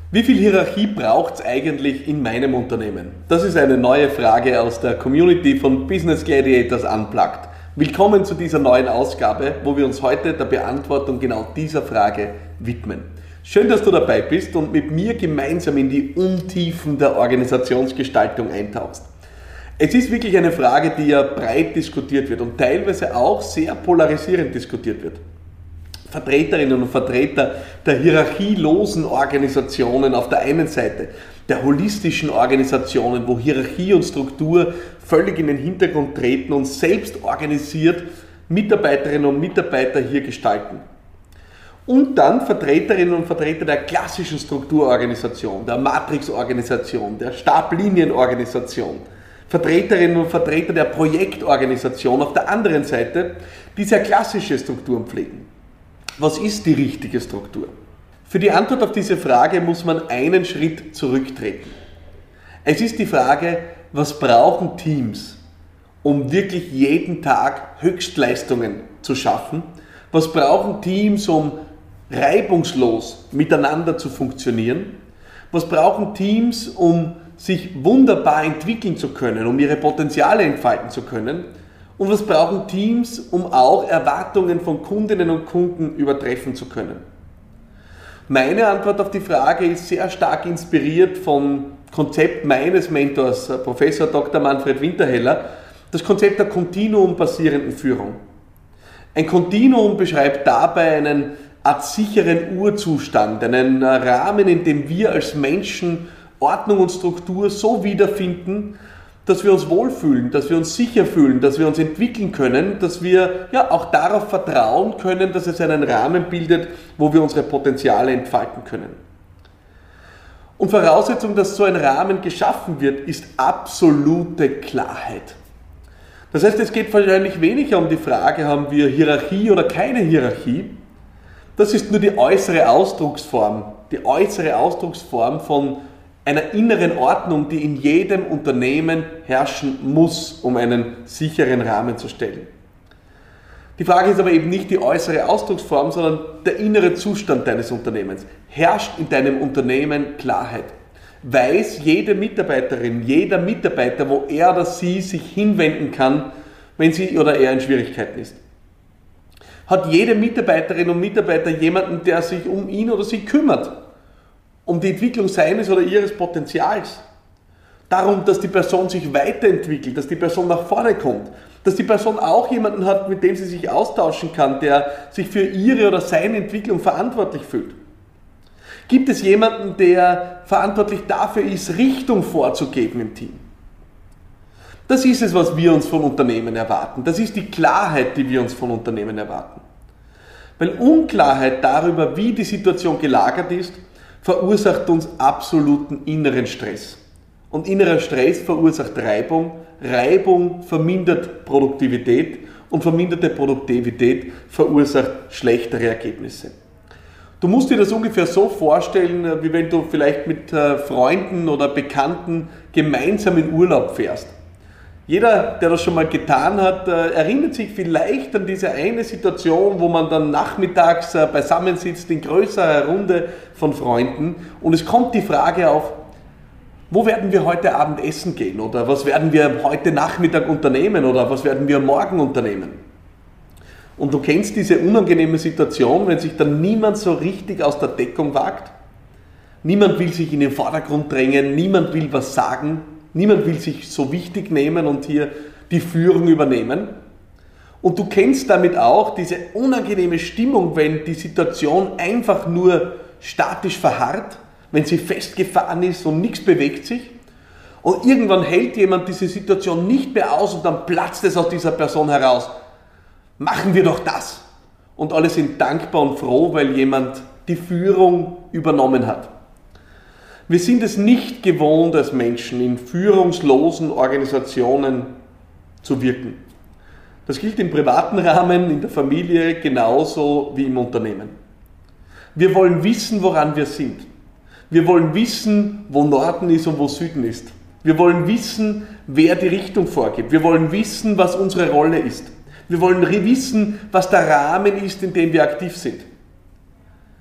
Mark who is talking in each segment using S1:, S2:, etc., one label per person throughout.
S1: Wie viel Hierarchie braucht es eigentlich in meinem Unternehmen? Das ist eine neue Frage aus der Community von Business Gladiators Unplugged. Willkommen zu dieser neuen Ausgabe, wo wir uns heute der Beantwortung genau dieser Frage widmen. Schön, dass du dabei bist und mit mir gemeinsam in die Untiefen der Organisationsgestaltung eintauchst. Es ist wirklich eine Frage, die ja breit diskutiert wird und teilweise auch sehr polarisierend diskutiert wird. Vertreterinnen und Vertreter der hierarchielosen Organisationen auf der einen Seite, der holistischen Organisationen, wo Hierarchie und Struktur völlig in den Hintergrund treten und selbst organisiert Mitarbeiterinnen und Mitarbeiter hier gestalten. Und dann Vertreterinnen und Vertreter der klassischen Strukturorganisation, der Matrixorganisation, der Stablinienorganisation, Vertreterinnen und Vertreter der Projektorganisation auf der anderen Seite, die sehr klassische Strukturen pflegen. Was ist die richtige Struktur? Für die Antwort auf diese Frage muss man einen Schritt zurücktreten. Es ist die Frage, was brauchen Teams, um wirklich jeden Tag Höchstleistungen zu schaffen? Was brauchen Teams, um reibungslos miteinander zu funktionieren? Was brauchen Teams, um sich wunderbar entwickeln zu können, um ihre Potenziale entfalten zu können? Und was brauchen Teams, um auch Erwartungen von Kundinnen und Kunden übertreffen zu können? Meine Antwort auf die Frage ist sehr stark inspiriert vom Konzept meines Mentors, Professor Dr. Manfred Winterheller, das Konzept der kontinuumbasierenden Führung. Ein Kontinuum beschreibt dabei einen Art sicheren Urzustand, einen Rahmen, in dem wir als Menschen Ordnung und Struktur so wiederfinden, dass wir uns wohlfühlen, dass wir uns sicher fühlen, dass wir uns entwickeln können, dass wir auch darauf vertrauen können, dass es einen Rahmen bildet, wo wir unsere Potenziale entfalten können. Und Voraussetzung, dass so ein Rahmen geschaffen wird, ist absolute Klarheit. Das heißt, es geht wahrscheinlich weniger um die Frage, haben wir Hierarchie oder keine Hierarchie. Das ist nur die äußere Ausdrucksform von einer inneren Ordnung, die in jedem Unternehmen herrschen muss, um einen sicheren Rahmen zu stellen. Die Frage ist aber eben nicht die äußere Ausdrucksform, sondern der innere Zustand deines Unternehmens. Herrscht in deinem Unternehmen Klarheit? Weiß jede Mitarbeiterin, jeder Mitarbeiter, wo er oder sie sich hinwenden kann, wenn sie oder er in Schwierigkeiten ist? Hat jede Mitarbeiterin und Mitarbeiter jemanden, der sich um ihn oder sie kümmert? Um die Entwicklung seines oder ihres Potenzials. Darum, dass die Person sich weiterentwickelt, dass die Person nach vorne kommt, dass die Person auch jemanden hat, mit dem sie sich austauschen kann, der sich für ihre oder seine Entwicklung verantwortlich fühlt. Gibt es jemanden, der verantwortlich dafür ist, Richtung vorzugeben im Team? Das ist es, was wir uns von Unternehmen erwarten. Das ist die Klarheit, die wir uns von Unternehmen erwarten. Weil Unklarheit darüber, wie die Situation gelagert ist, verursacht uns absoluten inneren Stress. Und innerer Stress verursacht Reibung. Reibung vermindert Produktivität und verminderte Produktivität verursacht schlechtere Ergebnisse. Du musst dir das ungefähr so vorstellen, wie wenn du vielleicht mit Freunden oder Bekannten gemeinsam in Urlaub fährst. Jeder, der das schon mal getan hat, erinnert sich vielleicht an diese eine Situation, wo man dann nachmittags beisammensitzt in größerer Runde von Freunden und es kommt die Frage auf, wo werden wir heute Abend essen gehen oder was werden wir heute Nachmittag unternehmen oder was werden wir morgen unternehmen? Und du kennst diese unangenehme Situation, wenn sich dann niemand so richtig aus der Deckung wagt. Niemand will sich in den Vordergrund drängen, niemand will was sagen. Niemand will sich so wichtig nehmen und hier die Führung übernehmen. Und du kennst damit auch diese unangenehme Stimmung, wenn die Situation einfach nur statisch verharrt, wenn sie festgefahren ist und nichts bewegt sich. Und irgendwann hält jemand diese Situation nicht mehr aus und dann platzt es aus dieser Person heraus. Machen wir doch das. Und alle sind dankbar und froh, weil jemand die Führung übernommen hat. Wir sind es nicht gewohnt, als Menschen in führungslosen Organisationen zu wirken. Das gilt im privaten Rahmen, in der Familie genauso wie im Unternehmen. Wir wollen wissen, woran wir sind. Wir wollen wissen, wo Norden ist und wo Süden ist. Wir wollen wissen, wer die Richtung vorgibt. Wir wollen wissen, was unsere Rolle ist. Wir wollen wissen, was der Rahmen ist, in dem wir aktiv sind.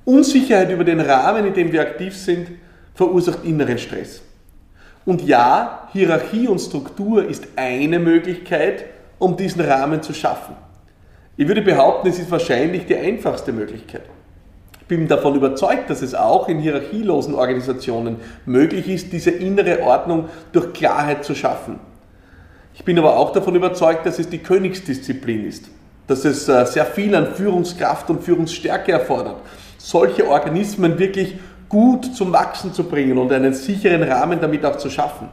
S1: Unsicherheit über den Rahmen, in dem wir aktiv sind, verursacht inneren Stress. Und ja, Hierarchie und Struktur ist eine Möglichkeit, um diesen Rahmen zu schaffen. Ich würde behaupten, es ist wahrscheinlich die einfachste Möglichkeit. Ich bin davon überzeugt, dass es auch in hierarchielosen Organisationen möglich ist, diese innere Ordnung durch Klarheit zu schaffen. Ich bin aber auch davon überzeugt, dass es die Königsdisziplin ist, dass es sehr viel an Führungskraft und Führungsstärke erfordert, solche Organismen wirklich gut zum Wachsen zu bringen und einen sicheren Rahmen damit auch zu schaffen.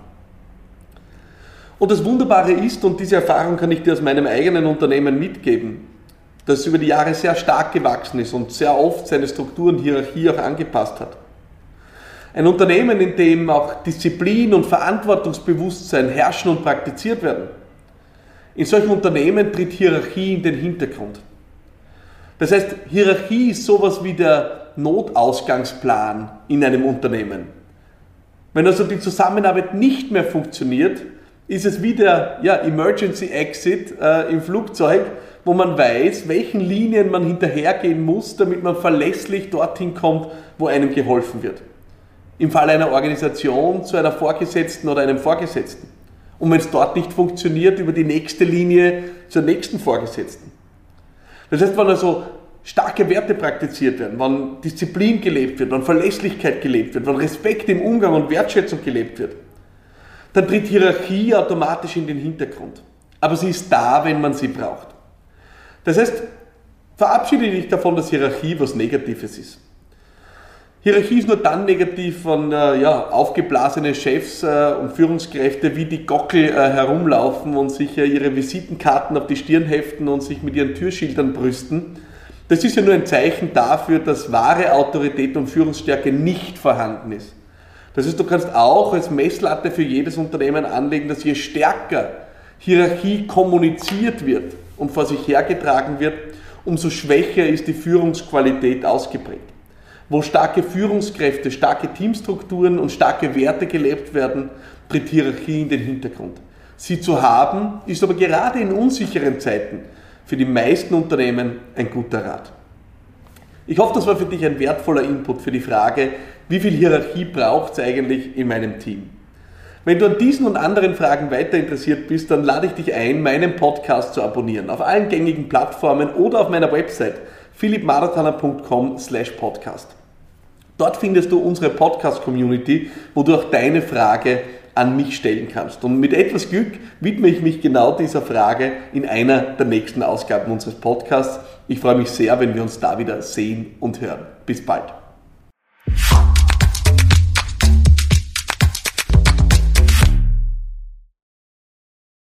S1: Und das Wunderbare ist, und diese Erfahrung kann ich dir aus meinem eigenen Unternehmen mitgeben, dass es über die Jahre sehr stark gewachsen ist und sehr oft seine Struktur und Hierarchie auch angepasst hat. Ein Unternehmen, in dem auch Disziplin und Verantwortungsbewusstsein herrschen und praktiziert werden. In solchen Unternehmen tritt Hierarchie in den Hintergrund. Das heißt, Hierarchie ist sowas wie der Notausgangsplan in einem Unternehmen. Wenn also die Zusammenarbeit nicht mehr funktioniert, ist es wie der Emergency Exit im Flugzeug, wo man weiß, welchen Linien man hinterhergehen muss, damit man verlässlich dorthin kommt, wo einem geholfen wird. Im Fall einer Organisation zu einer Vorgesetzten oder einem Vorgesetzten. Und wenn es dort nicht funktioniert, über die nächste Linie zur nächsten Vorgesetzten. Das heißt, wenn also starke Werte praktiziert werden, wenn Disziplin gelebt wird, wenn Verlässlichkeit gelebt wird, wenn Respekt im Umgang und Wertschätzung gelebt wird, dann tritt Hierarchie automatisch in den Hintergrund. Aber sie ist da, wenn man sie braucht. Das heißt, verabschiede dich davon, dass Hierarchie was Negatives ist. Hierarchie ist nur dann negativ, wenn aufgeblasene Chefs und Führungskräfte wie die Gockel herumlaufen und sich ihre Visitenkarten auf die Stirn heften und sich mit ihren Türschildern brüsten. Das ist ja nur ein Zeichen dafür, dass wahre Autorität und Führungsstärke nicht vorhanden ist. Das heißt, du kannst auch als Messlatte für jedes Unternehmen anlegen, dass je stärker Hierarchie kommuniziert wird und vor sich hergetragen wird, umso schwächer ist die Führungsqualität ausgeprägt. Wo starke Führungskräfte, starke Teamstrukturen und starke Werte gelebt werden, tritt Hierarchie in den Hintergrund. Sie zu haben, ist aber gerade in unsicheren Zeiten für die meisten Unternehmen ein guter Rat. Ich hoffe, das war für dich ein wertvoller Input für die Frage, wie viel Hierarchie braucht es eigentlich in meinem Team? Wenn du an diesen und anderen Fragen weiter interessiert bist, dann lade ich dich ein, meinen Podcast zu abonnieren, auf allen gängigen Plattformen oder auf meiner Website philippmarathoner.com/podcast. Dort findest du unsere Podcast-Community, wo du auch deine Frage an mich stellen kannst. Und mit etwas Glück widme ich mich genau dieser Frage in einer der nächsten Ausgaben unseres Podcasts. Ich freue mich sehr, wenn wir uns da wieder sehen und hören. Bis bald.